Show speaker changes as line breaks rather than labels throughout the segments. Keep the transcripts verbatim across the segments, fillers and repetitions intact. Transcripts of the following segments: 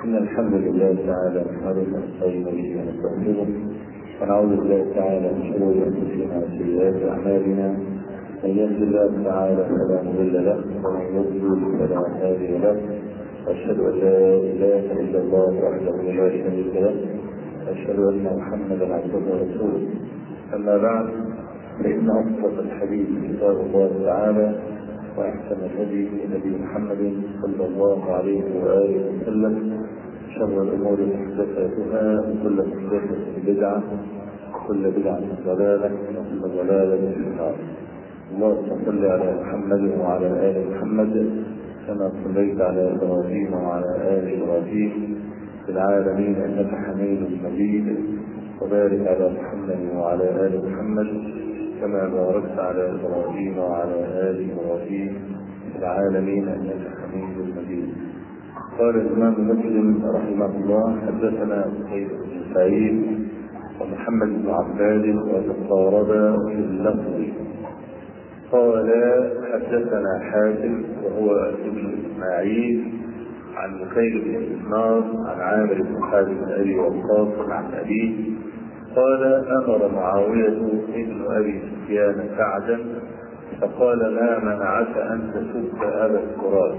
إن الحمد لله تعالى نحمده ونستعين به ونستغفره ونعوذ بالله تعالى من شرور أنفسنا وسيئات أعمالنا. من يهد الله تعالى فلا مضل له ومن يضلل فلا هادي له. وأشهد أن لا إله إلا الله وحده لا شريك له وأشهد أن محمدا عبده ورسوله. أما بعد، فإن أصدق الحديث كتاب الله تعالى وأحسن الهدي هدي محمد صلى الله عليه وآله وسلم. شر الأمور محدثاتها وكل محدثة بدعة وكل بدعة ضلالة وكل ضلالة في النار. اللهم صل على محمد وعلى آل محمد كما صليت على إبراهيم وعلى آل إبراهيم في العالمين إنك حميد مجيد. وبارك على محمد وعلى آل محمد كما باركت على إبراهيم وعلى آل إبراهيم في العالمين إنك حميد مجيد. قال الإمام مسلم رحمه الله: حدثنا قتيبة بن سعيد ومحمد بن عباد وتقاربا في اللفظ. قال: حدثنا حاتم وهو ابن إسماعيل عن بكير بن إسمار عن عامر بن حاتم بن أبي وقاص عن أبيه قال: أمر معاوية ابن أبي سفيان سعدا فقال: ما منعك أن تسب أبا التراب؟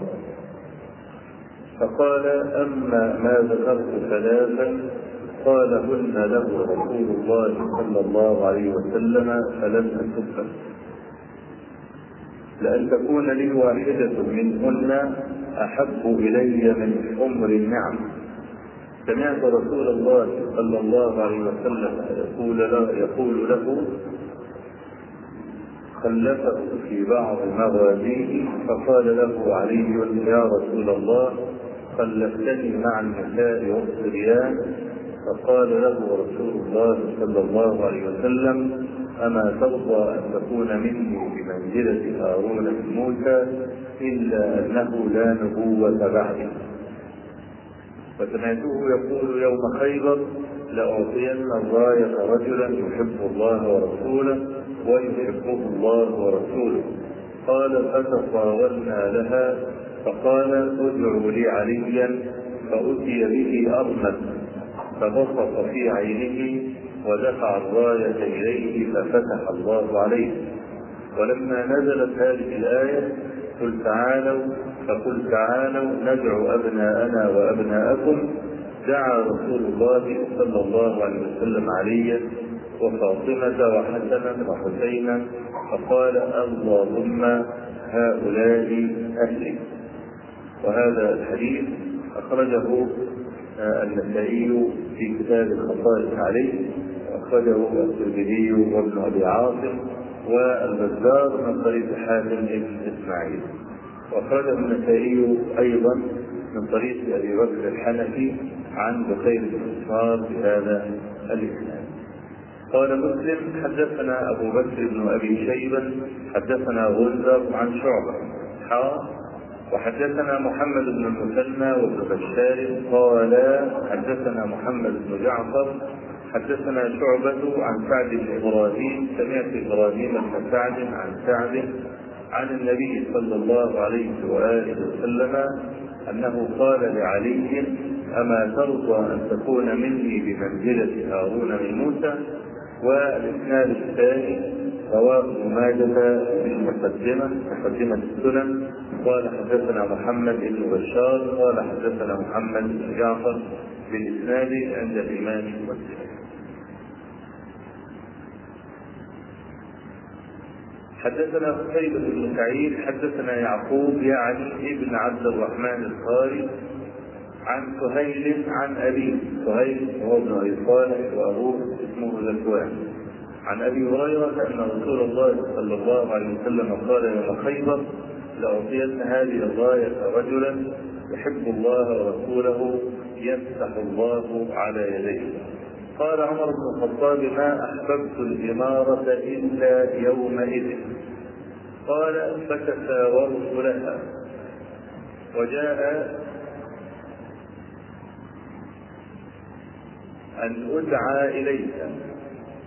فقال: أما ما ذكرت ثلاثا قال هن له رسول الله صلى الله عليه وسلم فلم أسبه، لأن تكون لي واحدة منهن أحب إلي من حمر النعم. سمعت رسول الله صلى الله عليه وسلم يقول له, يقول له خلفه في بعض مغازيه فقال له علي: يا رسول الله خلفتني مع النساء والصبيان. فقال له رسول الله صلى الله عليه وسلم: أما ترضى أن تكون مني بمنزلة هارون من موسى إلا أنه لا نبوة بعدي. فسمعته يقول يوم خيبر: لأعطين الراية رجلا يحب الله ورسوله ويحبه الله ورسوله. قال: فتطاولنا لها فقال: ادعوا لي عليا. فأتي به أرمد فبصق في عينه ودفع الراية إليه ففتح الله عليه. ولما نزلت هذه الآية: قل تعالوا فقل تعالوا ندعو أبناءنا وأبناءكم، دعا رسول الله صلى الله عليه وسلم عليا وفاطمة وحسنا وحسينا فقال: اللهم هؤلاء أهلي. وهذا الحديث أخرجه النسائي في كتاب الخصائص عليه، وأخرجه الترمذي وابن أبي عاصم والبزار من طريق حاتم بن إسماعيل، وأخرجه النسائي أيضا من طريق أبي بكر الحنفي عن بكير بن إسمار بهذا الإسناد. قال مسلم: حدثنا أبو بكر بن أبي شيبة حدثنا غندر عن شعبة حا وحدثنا محمد بن المثنى وابن بشار قال: حدثنا محمد بن جعفر حدثنا شعبة عن سعد بن إبراهيم سمعت إبراهيم بن سعد عن سعد عن النبي صلى الله عليه وآله وسلم أنه قال لعلي: أما ترضى أن تكون مني بمنزلة هارون من موسى؟ والإسناد الثاني رواه ابن ماجه في المقدمة مقدمة السنن. قال: حدثنا محمد بن بشار قال: حدثنا محمد بن جعفر بالإسناد عند الإمام مسلم. حدثنا قتيبة بن سعيد حدثنا يعقوب يعني ابن عبد الرحمن القاري عن سهيل عن أبيه. سهيل هو ابن أبي صالح وأبوه اسمه ذكوان عن أبي هريرة أن رسول الله صلى الله عليه وسلم قال يوم خيبر: لأعطين هذه الراية رجلا يحب الله ورسوله يفتح الله على يديه. قال عمر بن الخطاب: ما أحببت الإمارة إلا يومئذ. قال: فتساورت لها وجاء أن أدعى إليها.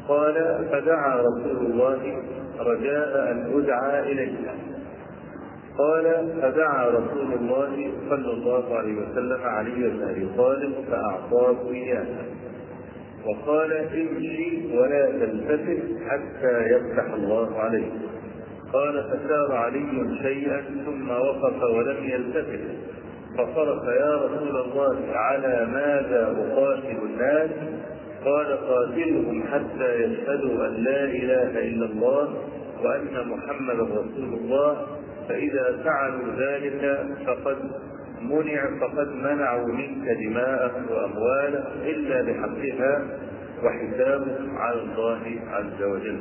قال: فدعا رسول الله رجاء أن أدعى إليها. قال: فدعا رسول الله صلى الله عليه وسلم علي بن ابي طالب فاعطاه اياه، وقال: امشي ولا تلتفت حتى يفتح الله عليك. قال: فسار علي شيئا ثم وقف ولم يلتفت، فصرف: يا رسول الله على ماذا اقاتل الناس؟ قال: قاتلهم حتى يشهدوا ان لا اله الا الله وان محمدا رسول الله، فاذا فعلوا ذلك فقد منع فقد منعوا منك دماءهم واموالهم الا بحقها، وحسابهم على الله عز وجل.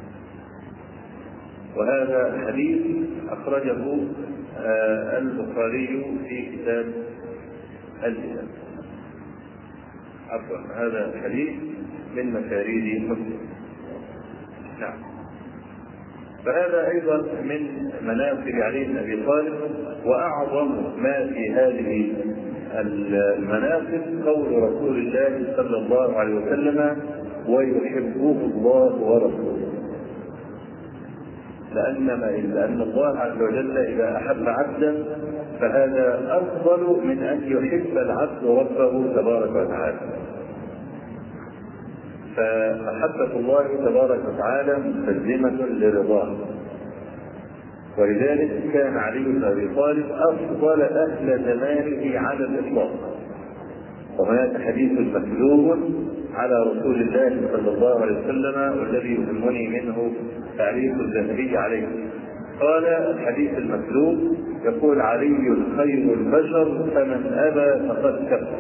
وهذا حديث أخرجه البخاري في كتاب الجهاد. عفوا، هذا الحديث من مكاريد مسلم. نعم. فهذا أيضا من مناقب علي بن أبي طالب. وأعظم ما في هذه المناقب قول رسول الله صلى الله عليه وسلم: ويحبه الله ورسوله. لأن لأن الله عز وجل إذا أحب عبدا فهذا أفضل من أن يحب العبد ربه تبارك وتعالى. فمحبة الله تبارك وتعالى مستلزمة لرضاه، ولذلك كان علي بن أبي طالب أفضل أهل زمانه على الإطلاق. وهناك حديث مكذوب على رسول الله صلى الله عليه وسلم والذي يهمني منه تعريف الذهبي عليه. قال الحديث المكذوب يقول: علي خير البشر فمن أبى فقد كفر.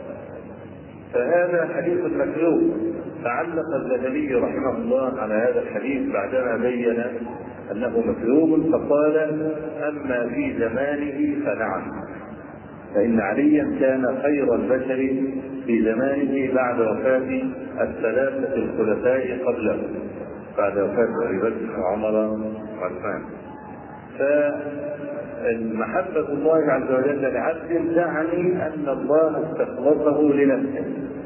فهذا حديث مكذوب. فعلق الذهبي رحمه الله على هذا الحديث بعدما بين أنه مكذوب، فقال: أما في زمانه فنعم، فإن عليا كان خير البشر في زمانه بعد وفاة الثلاثة الخلفاء قبله، بعد وفاة أبي بكر وعمر وعثمان. فمحبة الله عز وجل لعبد تعني أن الله استخلصه لنفسه.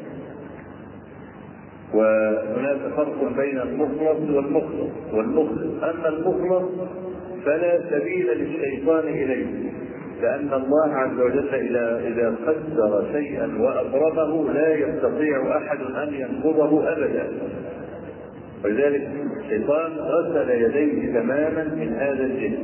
وهناك فرق بين المخلص والمخلص والمخلص. أما المخلص فلا سبيل للشيطان إليه، لأن الله عز وجل إذا قدر شيئا وأبرمه لا يستطيع أحد أن ينقضه أبدا. ولذلك الشيطان غسل يديه تماما من هذا الجنس،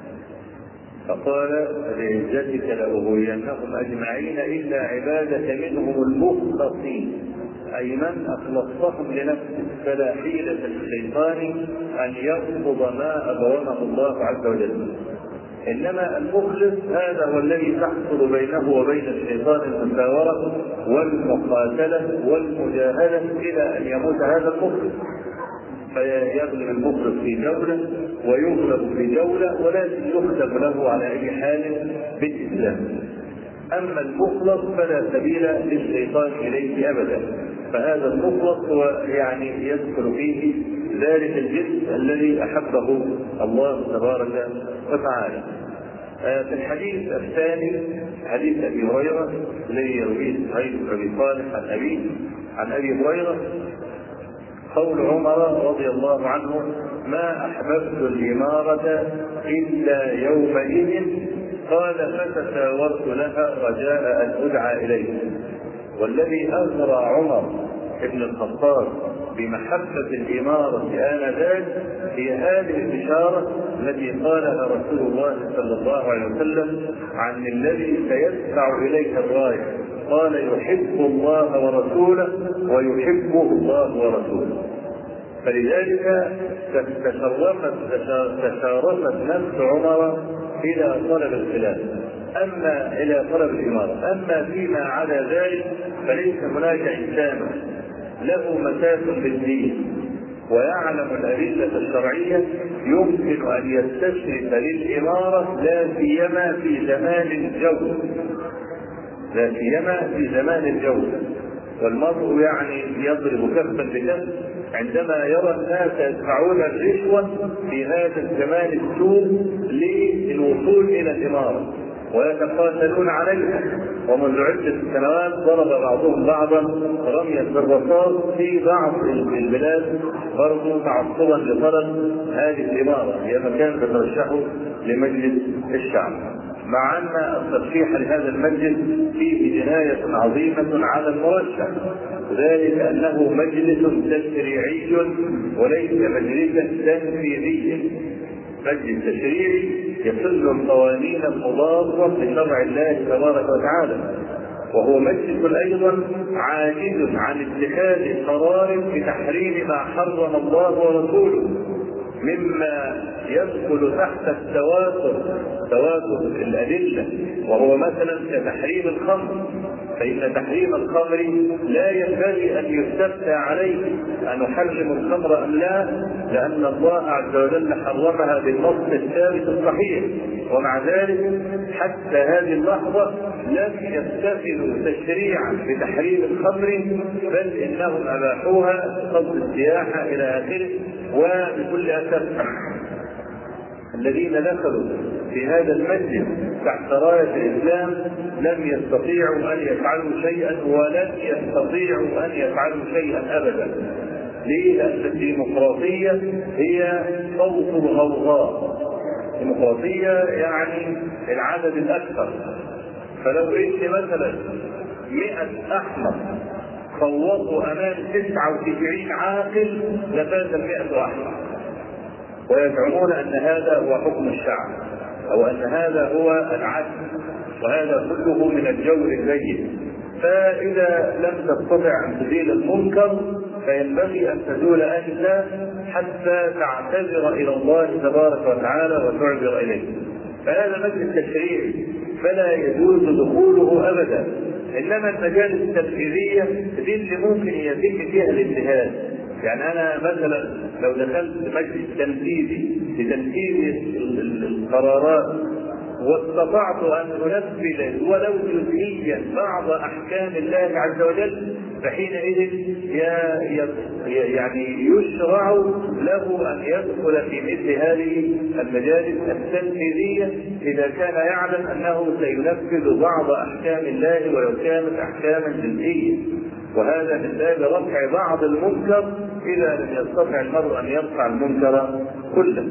فقال: بعزتك لأغوينهم أجمعين إلا عبادك منهم المخلصين، أي من أخلصتهم لنفسه. فلا حيلة للشيطان أن يرفض ما أبرمه الله عز وجل. إنما المخلص هذا هو الذي تحصل بينه وبين الشيطان المساورة والمقاتلة والمجاهدة إلى أن يموت هذا المخلص، فيغلب المخلص في جولة ويغلب في جولة، ولكن يختم له على أي حال بالإسلام. أما المخلص فلا سبيل للشيطان إليه أبدا. فهذا المخلص هو يعني يدخل فيه ذلك الجنس الذي أحبه الله تبارك وتعالى. في الحديث الثاني حديث أبي هريرة الذي يرويه سعيد بن أبي صالح عن أبيه عن أبي هريرة قول عمر رضي الله عنه: ما أحببت الإمارة إلا يومئذ، قال: فتساورت لها رجاء أن أدعى إليه. والذي أغرى عمر بن الخطاب بمحبة الإمارة آنذاك هي هذه البشارة التي قالها رسول الله صلى الله عليه وسلم عن الذي سيدفع إليه الراية. قال: يحب الله ورسوله ويحبه الله ورسوله. فلذلك تشرفت تشارفت نفس عمر إلى طلب الخلافة، أما إلى طلب الإمارة. أما فيما عدا ذلك فليس هناك إنسان له مساس بالدين ويعلم الأدلة الشرعية يمكن أن يستشرف للإمارة، لا سيما في زمان الجو لا سيما في زمان الجو والمرء يعني يضرب كفا بكف عندما يرى الناس يدفعون الرشوة في هذا الزمان السوء للوصول إلى الإمارة. ويتقاتلون عليها، ومنذ عدة سنوات ضرب بعضهم بعضا رميا بالرصاص في بعض البلاد برضو تعصبا لطلب هذه الإمارة، هي مكان بترشحه لمجلس الشعب، مع أن الترشيح لهذا المجلس فيه جناية عظيمة على المرشح، ذلك أنه مجلس تشريعي وليس مجلسا تنفيذيا. مجلس تشريعي يحل القوانين المضادة لشرع الله تبارك وتعالى، وهو مجلس أيضا عاجز عن اتخاذ قرار بتحريم ما حرم الله ورسوله، مما يدخل تحت التواتر، تواتر الأدلة، وهو مثلا كتحريم الخمر، فإن تحريم الخمر لا ينبغي أن يستفتى عليه أن نحرم الخمر أم لا، لأن الله عز وجل حرمها بالنص الثابت الصحيح، ومع ذلك حتى هذه اللحظة لم يستفدوا تشريعا بتحريم الخمر، بل إنهم أباحوها قصد السياحة إلى آخره. وبكل أسف الذين دخلوا في هذا المجلس تحت راية الإسلام لم يستطيعوا أن يفعلوا شيئا، ولن يستطيعوا أن يفعلوا شيئا أبدا. ليه؟ لأن الديمقراطية هي صوت الغوغاء. الديمقراطية يعني العدد الأكثر، فلو إن مثلا مئة أحمق صوتوا أمام تسعة وتسعين عاقل لفاز المئة أحمق، ويزعمون أن هذا هو حكم الشعب أو أن هذا هو العدل، وهذا كله من الجور البين. فإذا لم تستطع أن تزيل المنكر فينبغي أن تزول أنت حتى تعتذر إلى الله تبارك وتعالى وتعذر إليه. فهذا مجلس تشريعي فلا يجوز دخوله أبدا، إنما المجالس التنفيذية دي اللي ممكن يتم فيها الاجتهاد. يعني أنا مثلا لو دخلت مجلس تنفيذي لتنفيذ القرارات واستطعت أن أنفذ ولو جزئيا بعض أحكام الله عز وجل، فحينئذ يعني يشرع له أن يدخل في مثل هذه المجالس التنفيذية إذا كان يعلم أنه سينفذ بعض أحكام الله ولو كانت أحكاما جزئية، وهذا من باب رفع بعض المنكر إذا لم يستطع المرء أن يرفع المنكر كله.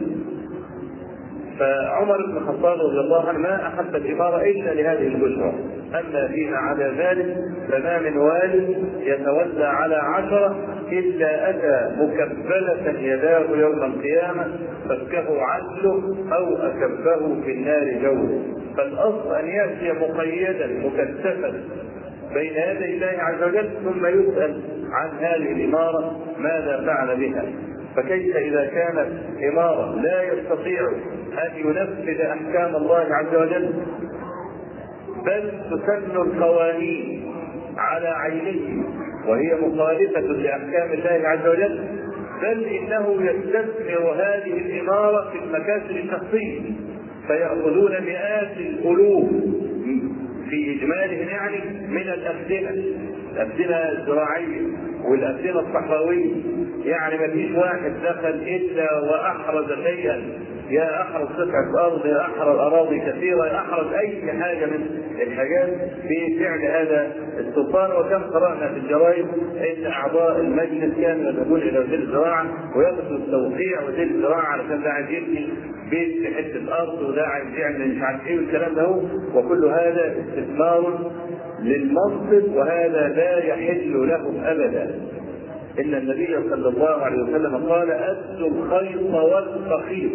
فعمر بن الخطاب رضي الله عنه ما أحب الإمارة إلا لهذه البشرى، أما فيما عدا ذلك فما من والي يتولى على عشرة إلا أتى مكبلة يداه يوم القيامة فكه عدله أو أكبه في النار جوه. فالأصل أن يأتي مقيدا مكثفا بين يدي الله عز وجل ثم يسأل عن هذه الإمارة ماذا فعل بها. فكيف إذا كانت إمارة لا يستطيع أن ينفذ أحكام الله عز وجل، بل تسن القوانين على عينه وهي مخالفة لأحكام الله عز وجل، بل إنه يستثمر هذه الإمارة في المكاسب الشخصية، فيأخذون مئات الألوف في إجمالهم يعني من الأبدنة، الأبدنة الزراعية والأبدنة الصحراوية. يعني ما فيش واحد دخل إلا وأحرز شيئا، يا أحرز قطعة أرض، يا أحرز أراضي كثيرة، يا أحرز أي حاجة من الحاجات في فعل هذا السلطان. وكم قرأنا في الجرائد إن أعضاء المجلس كانوا يذهبون إلى وزير الزراعة ويأخذوا التوقيع وزير الزراعة علشان ده عايز يبني بيت في حتة أرض وده عايز يعمل مش عارف إيه والكلام ده هو. وكل هذا استثمار للمنصب، وهذا لا يحل لهم أبدا. إن النبي صلى الله عليه وسلم قال: أدوا الخيط والمخيط.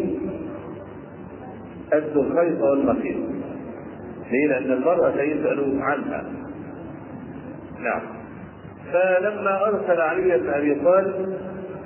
أدوا الخيط والمخيط. ليه؟ لأن المرأة سيسأل عنها. نعم. فلما أرسل علي بن أبي طالب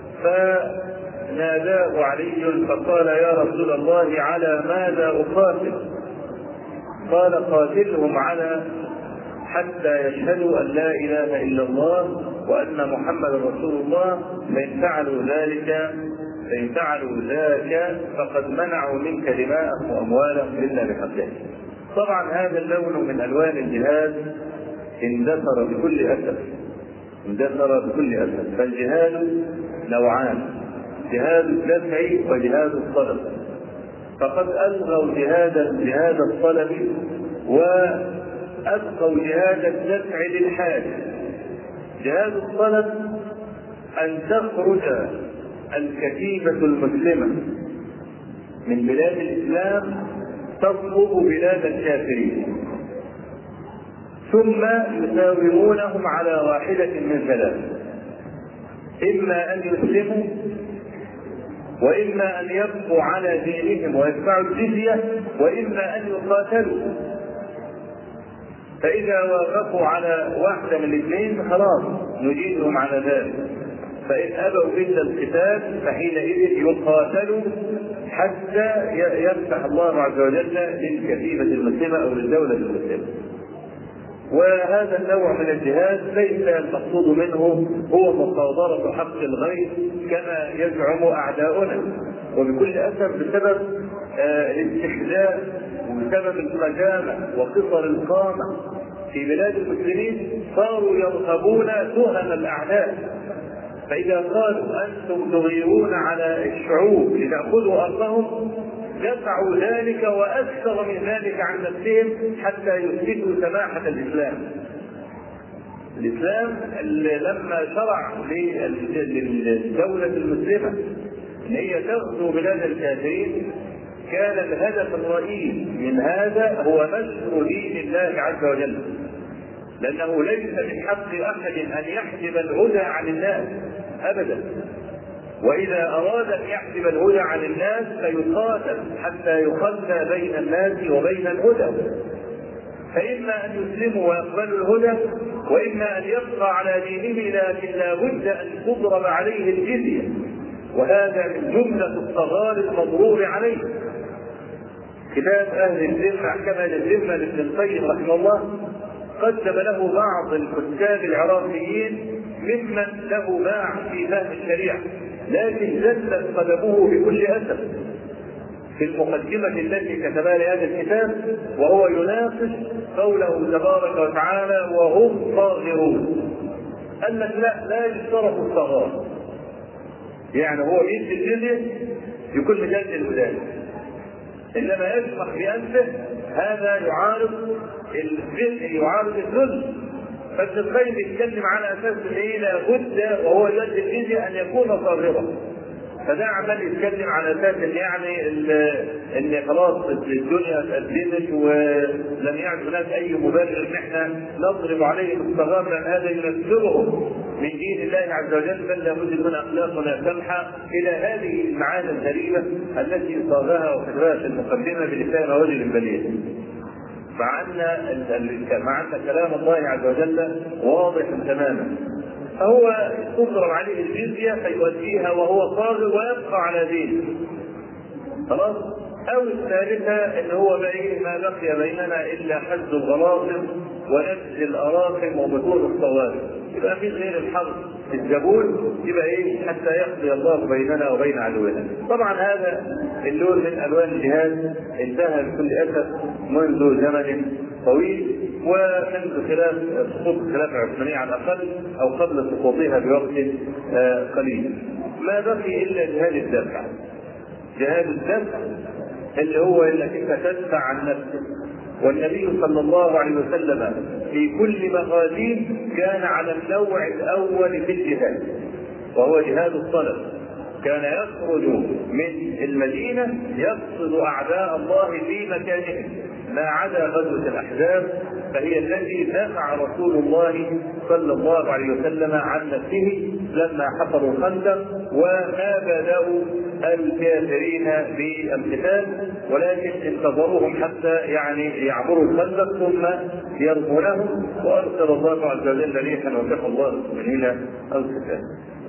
فناداه علي فقال: يا رسول الله على ماذا أقاتل؟ قال: قاتلهم على حتى يشهدوا أن لا إله إلا الله وأن محمد رسول الله، فإن فعلوا ذلك فإن فعلوا ذلك فقد منعوا منك دماءهم وأموالهم إلا بحقها. طبعا هذا اللون من ألوان الجهاد اندثر بكل أسف، اندثر بكل أسف. فالجهاد نوعان: جهاد الدفع وجهاد الطلب. فقد ألغوا جهاد جهاد الطلب وأبقوا جهاد الدفع للحاج. جهاد الطلب أن تخرج الكتيبة المسلمة من بلاد الإسلام تطلب بلاد الكافرين، ثم يساومونهم على واحدة من ثلاث: إما أن يسلموا، وإما أن يبقوا على دينهم ويدفعوا الجزية، وإما أن يقاتلوا. فإذا وافقوا على واحدة من الاثنين خلاص نجيزهم على ذلك، فإن أبوا إلا القتال فحينئذ يقاتلوا حتى يفتح الله عز وجل للكتيبة المسلمة أو للدولة المسلمة. وهذا النوع من الجهاد ليس المقصود منه هو مصادرة حق الغير كما يزعم أعداؤنا، وبكل أسف بسبب الاستحزاء وبسبب الخجامة وقصر القامة في بلاد المسلمين صاروا يرهبون تهم الأعداء. فإذا قالوا أنتم تغيرون على الشعوب لتأخذوا أرضهم دفعوا ذلك وأكثر من ذلك عن نفسهم حتى يثبتوا سماحة الإسلام. الإسلام لما شرع للدولة المسلمة أن هي تغزو بلاد الكافرين كان الهدف الرئيس من هذا هو نشر دين الله عز وجل، لأنه ليس من حق أحد أن يحجب الهدى عن الناس أبدا، وإذا أراد أن يحجب الهدى عن الناس فيقاتل حتى يخلى بين الناس وبين الهدى. فإما أن يسلموا ويقبلوا الهدى، وإما أن يبقى على دينه، لكن لا بد أن تضرب عليه الجزية، وهذا من جملة الصغار المضروب عليه. كتاب أهل الذمة كما الذمة لابن القيم رحمه الله قدم له بعض الكتاب العراقيين ممن له باع في فهم الشريعة، لكن زلت قدمه بكل أسف في المقدمة التي كتبها لهذا الكتاب، وهو يناقش قوله تبارك وتعالى وهم صاغرون. قال لك لا لا يشترط الصغار، يعني هو يدي الجزية يكون مجلد الودان، إنما يشرح بأنفه هذا يعارض الذل يعارض الذل. فابن القيم بيتكلم على اساس ايه؟ لابد وهو يؤدي الجزية ان يكون صاغرا. فده عمال يتكلم على اساس ان يعني ان خلاص الدنيا اتقدمت ولم يعد هناك اي مبرر ان احنا نضرب عليهم الصغار، لان هذا ينفرهم من دين الله عز وجل، بل لابد من اخلاقنا سمحه الى هذه المعاني الغريبه التي صاغها وكتبها في المقدمه بلسان رجل بليغ. مع ان مع ان كلام الله عز وجل واضح تماما، فهو تضرب عليه الجزية فيؤديها وهو صاغر ويبقى على دينه خلاص. او الثالثة ان هو بقى ما بقي بيننا الا حد الغلاظم ونفس الاراقم وبطون الصوارم، يبقى في غير الحرب الزبون، يبقى ايه حتى يقضي الله بيننا وبين عدونا. طبعا هذا اللون من الوان الجهاد انتهى بكل اسف منذ زمن طويل، ومنذ خلاف سقوط الخلافة العثمانية على الأقل أو قبل سقوطها بوقت قليل. ما بقي إلا جهاد الدفع. جهاد الدفع اللي هو إنك أنت تدفع عن نفسك، والنبي صلى الله عليه وسلم في كل مغازيه كان على النوع الأول في الجهاد، وهو جهاد الطلب. كان يخرج من المدينة يقصد أعداء الله في مكانهم، ما عدا غزوة الأحزاب فهي التي دافع رسول الله صلى الله عليه وسلم عن نفسه لما حفروا الخندق، وما بدأوا الكافرين بالقتال، ولكن انتظروهم حتى يعني يعبروا الخندق ثم يرمونهم، وأرسل الله عز وجل ريحا وكفى الله المؤمنين القتال.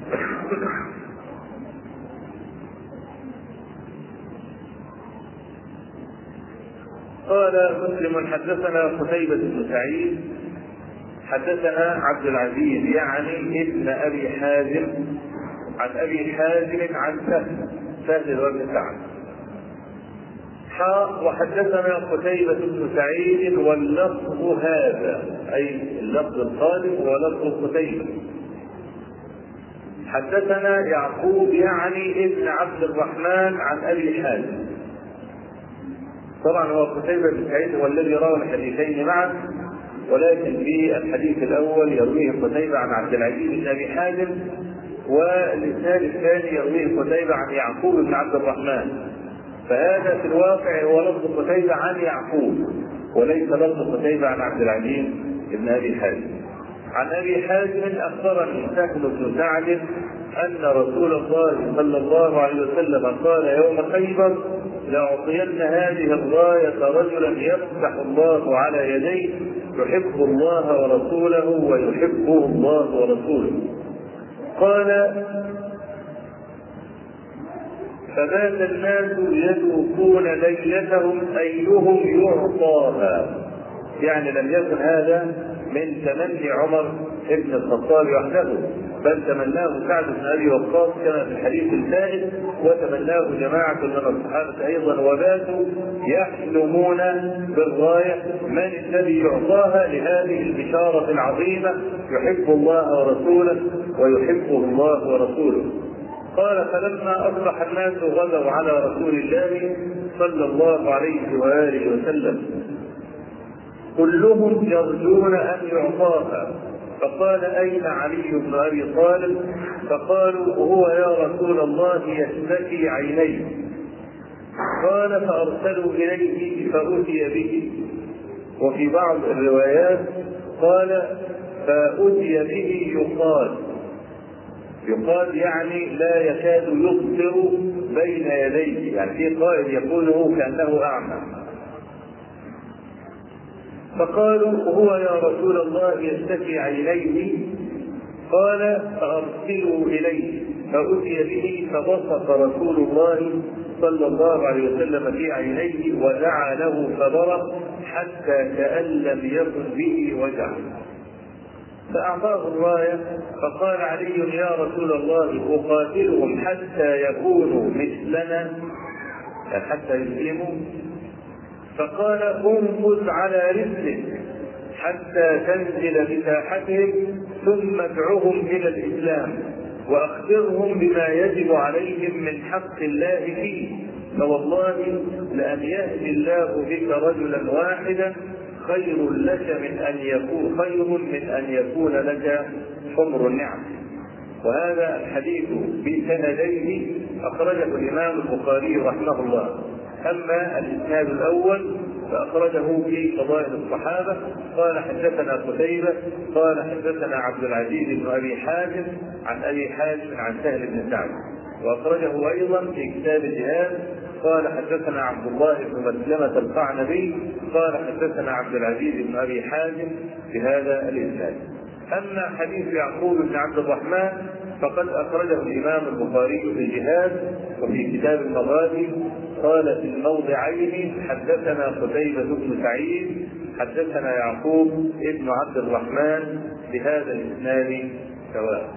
قال مسلم حدثنا قتيبة بن سعيد حدثنا عبد العزيز يعني ابن ابي حازم عن ابي حازم عن سهل سهل بن سعد حاء وحدثنا قتيبة بن سعيد واللفظ هذا اي اللفظ الخالف ولفظ قتيبة. حدثنا يعقوب يعني ابن عبد الرحمن عن ابي حازم طبعا هو قتيبة بن سعيد هو الذي روى الحديثين معا، ولكن في الحديث الأول يرويه قتيبة عن عبد العزيز بن أبي حازم، والإسناد الثاني يرويه قتيبة عن يعقوب بن عبد الرحمن. فهذا في الواقع هو لفظ قتيبة عن يعقوب وليس لفظ قتيبة عن عبد العزيز بن أبي حازم. عن أبي حازم أخبرني سهل بن سعد أن رسول الله صلى الله عليه وسلم قال يوم خيبر: لأعطين هذه الراية رجلا يفتح الله على يديه يحب الله ورسوله ويحبه الله ورسوله. قال: فبات الناس يذوقون ليلتهم أيهم يعطاها، يعني لم يكن هذا من تمني عمر ابن الخطاب وحده، بل تمناه سعد بن ابي وقاص كما في الحديث الثالث، وتمناه جماعه من الصحابه ايضا، وباتوا يحلمون بالرايه من الذي يعطاها لهذه البشاره العظيمه: يحب الله ورسوله ويحبه الله ورسوله. قال: فلما اصبح الناس غدوا على رسول الله صلى الله عليه واله وسلم كلهم يرجون ان يعطاها، فقال: اين علي بن ابي طالب؟ فقالوا: هو يا رسول الله يشتكي عينيه. قال: فارسلوا اليه فاتي به. وفي بعض الروايات قال: فاتي به يقال يقال يعني لا يكاد يبصر بين يديه، يعني في قائد يقوله كانه اعمى. فقالوا: هو يا رسول الله يشتكي عينيه. قال: فارسلوا اليه فاتي به، فبصق رسول الله صلى الله عليه وسلم في عينيه ودعا له فبرق حتى كأن لم يكن به وجع، فأعطاه الراية. فقال علي: يا رسول الله أقاتلهم حتى يكونوا مثلنا، يعني حتى يسلموا؟ فقال: انفذ على رسلك حتى تنزل بساحتهم ثم ادعهم الى الاسلام واخبرهم بما يجب عليهم من حق الله فيه، فوالله لان يهدي الله بك رجلا واحدا خير لك من ان يكون خير من ان يكون لك حمر النعم. وهذا الحديث بسنديه اخرجه الامام البخاري رحمه الله. أما الإسناد الأول فأخرجه في فضائل الصحابة. قال: حدثنا قتيبة قال: حدثنا عبد العزيز بن أبي حازم عن أبي حازم عن سهل بن سعد، وأخرجه أيضا في كتاب الجهاد. قال: حدثنا عبد الله بن مسلمة القعنبي قال: حدثنا عبد العزيز بن أبي حازم بهذا الإسناد. أما حديث يعقوب بن عبد الرحمن فقد أخرجه الإمام البخاري في الجهاد وفي كتاب المغازي. قال في الموضعين: حدثنا قتيبة بن سعيد حدثنا يعقوب بن عبد الرحمن بهذا الإسناد سواء.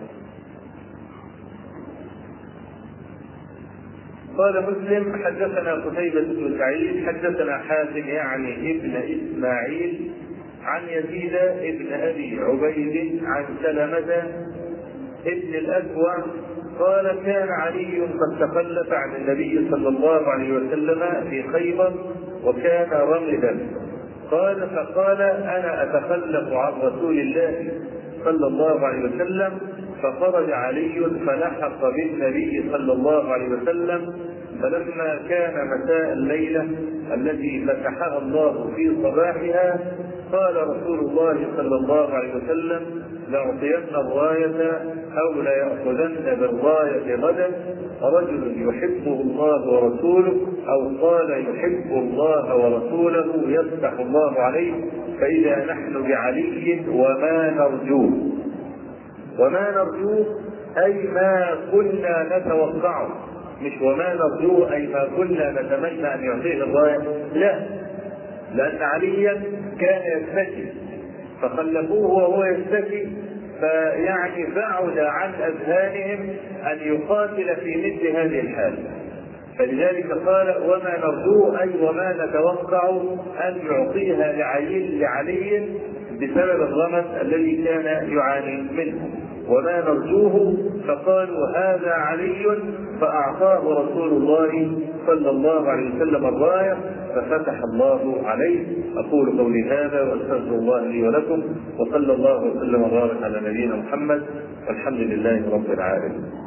قال مسلم: حدثنا قتيبة بن سعيد حدثنا حاتم يعني ابن إسماعيل عن يزيد ابن أبي عبيد عن سلمة ابن الأكوع قال: كان علي قد تخلف عن النبي صلى الله عليه وسلم في خيبر وكان رمدا. قال: فقال: أنا أتخلف عن رسول الله صلى الله عليه وسلم. فخرج علي فلحق بالنبي صلى الله عليه وسلم. فلما كان مساء الليلة التي فتحها الله في صباحها قال رسول الله صلى الله عليه وسلم: لأعطين الراية أو ليأخذن بالراية غدا رجل يحبه الله ورسوله، أو قال: يحب الله ورسوله يفتح الله عليه، فإذا نحن بعلي وما نرجوه. وما نرجوه أي ما كنا نتوقعه، مش وما نرجوه أي ما كنا نتمنى أن يعطيه الراية، لا، لأن عليا كان يستكي فخلفوه وهو يستكي، فيعني بعد عن أذهانهم أن يقاتل في مثل هذه الحال. فلذلك قال: وما نرجوه أي وما نتوقع أن يعطيها لعلي, لعلي بسبب الرمد الذي كان يعاني منه. وما نرجوه فقالوا هذا علي، فأعطاه رسول الله صلى الله عليه وسلم الراية ففتح الله عليه. أقول قولي هذا وأستغفر الله لي ولكم، وصلى الله وسلم وبارك على نبينا محمد، والحمد لله رب العالمين.